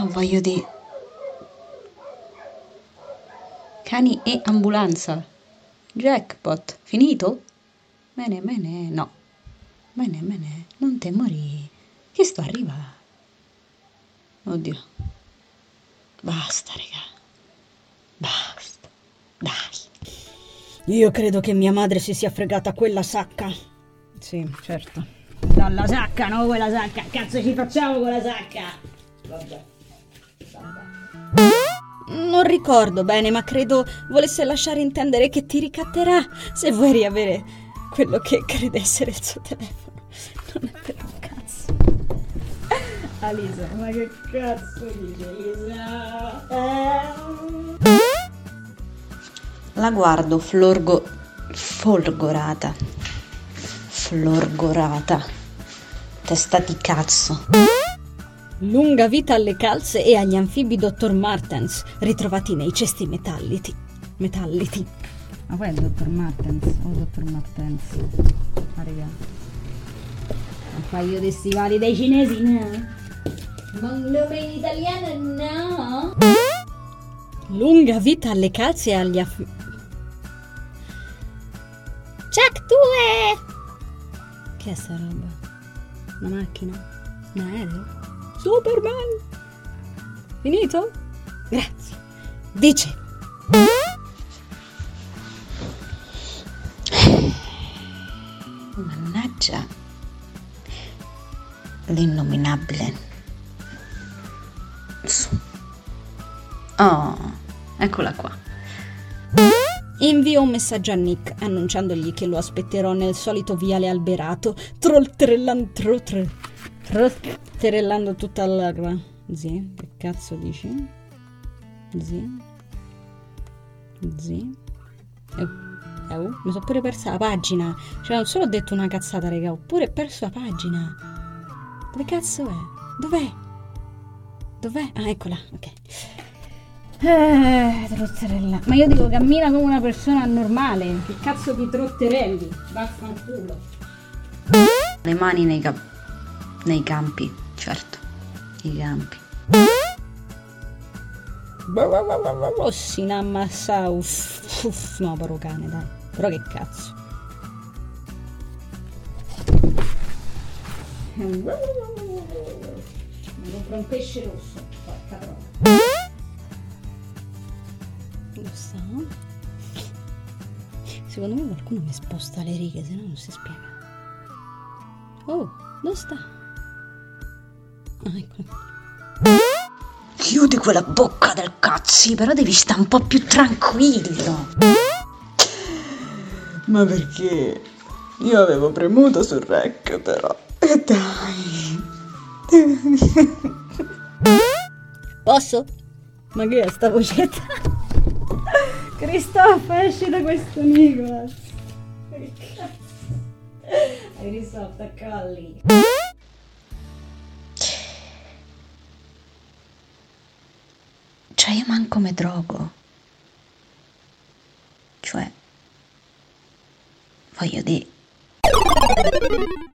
No, voglio dire... Cani e ambulanza. Jackpot. Finito? Bene, bene, no. Bene, bene, non te morì. Che sto arriva? Oddio. Basta, raga. Basta. Dai. Io credo che mia madre si sia fregata quella sacca. Sì, certo. Dalla sacca, no? Quella sacca. Cazzo ci facciamo con la sacca? Vabbè. Non ricordo bene, ma credo volesse lasciare intendere che ti ricatterà se vuoi riavere quello che crede essere il suo telefono. Non è per un cazzo. Alisa, ma che cazzo dice Lisa? La guardo folgorata. Testa di cazzo. Lunga vita alle calze e agli anfibi Dr. Martens, ritrovati nei cesti metalliti. Ma poi è Dr. Martens o Dr. Martens? Ah, raga. Un paio di stivali dei cinesi, no? Ma un nome in italiano, no? Lunga vita alle calze e agli anfibi... Jack 2! Che è sta roba? Una macchina? Un aereo? Superman! Finito? Grazie. Dice. Mannaggia. L'innominabile. Oh, eccola qua. Invio un messaggio a Nick annunciandogli che lo aspetterò nel solito viale alberato, trolterellando tutta l'erba. Zi, che cazzo dici? Zi. Mi sono pure persa la pagina. Cioè, non solo ho detto una cazzata, raga, ho pure perso la pagina. Dove cazzo è? Dov'è? Ah, eccola, ok. Trotterella. Ma io dico cammina come una persona normale. Che cazzo di trotterelli? Vaffanculo. Le mani nei campi, certo. I campi. Oh, si inammassa. No, paro cane, dai. Però che cazzo. Mi compro un pesce rosso. Porca troia. Lo sta? Secondo me qualcuno mi sposta le righe, se no non si spiega. Oh, dove sta? Ah, ecco. Chiudi quella bocca del cazzo, però devi stare un po' più tranquillo. Ma perché? Io avevo premuto sul rec, però. E dai. Posso? Ma che è sta vocetta? Cristoffa, esci da questo Nicolas. Che cazzo? Hai risolto, attaccarla lì. Cioè, io manco me drogo. Cioè, voglio dire...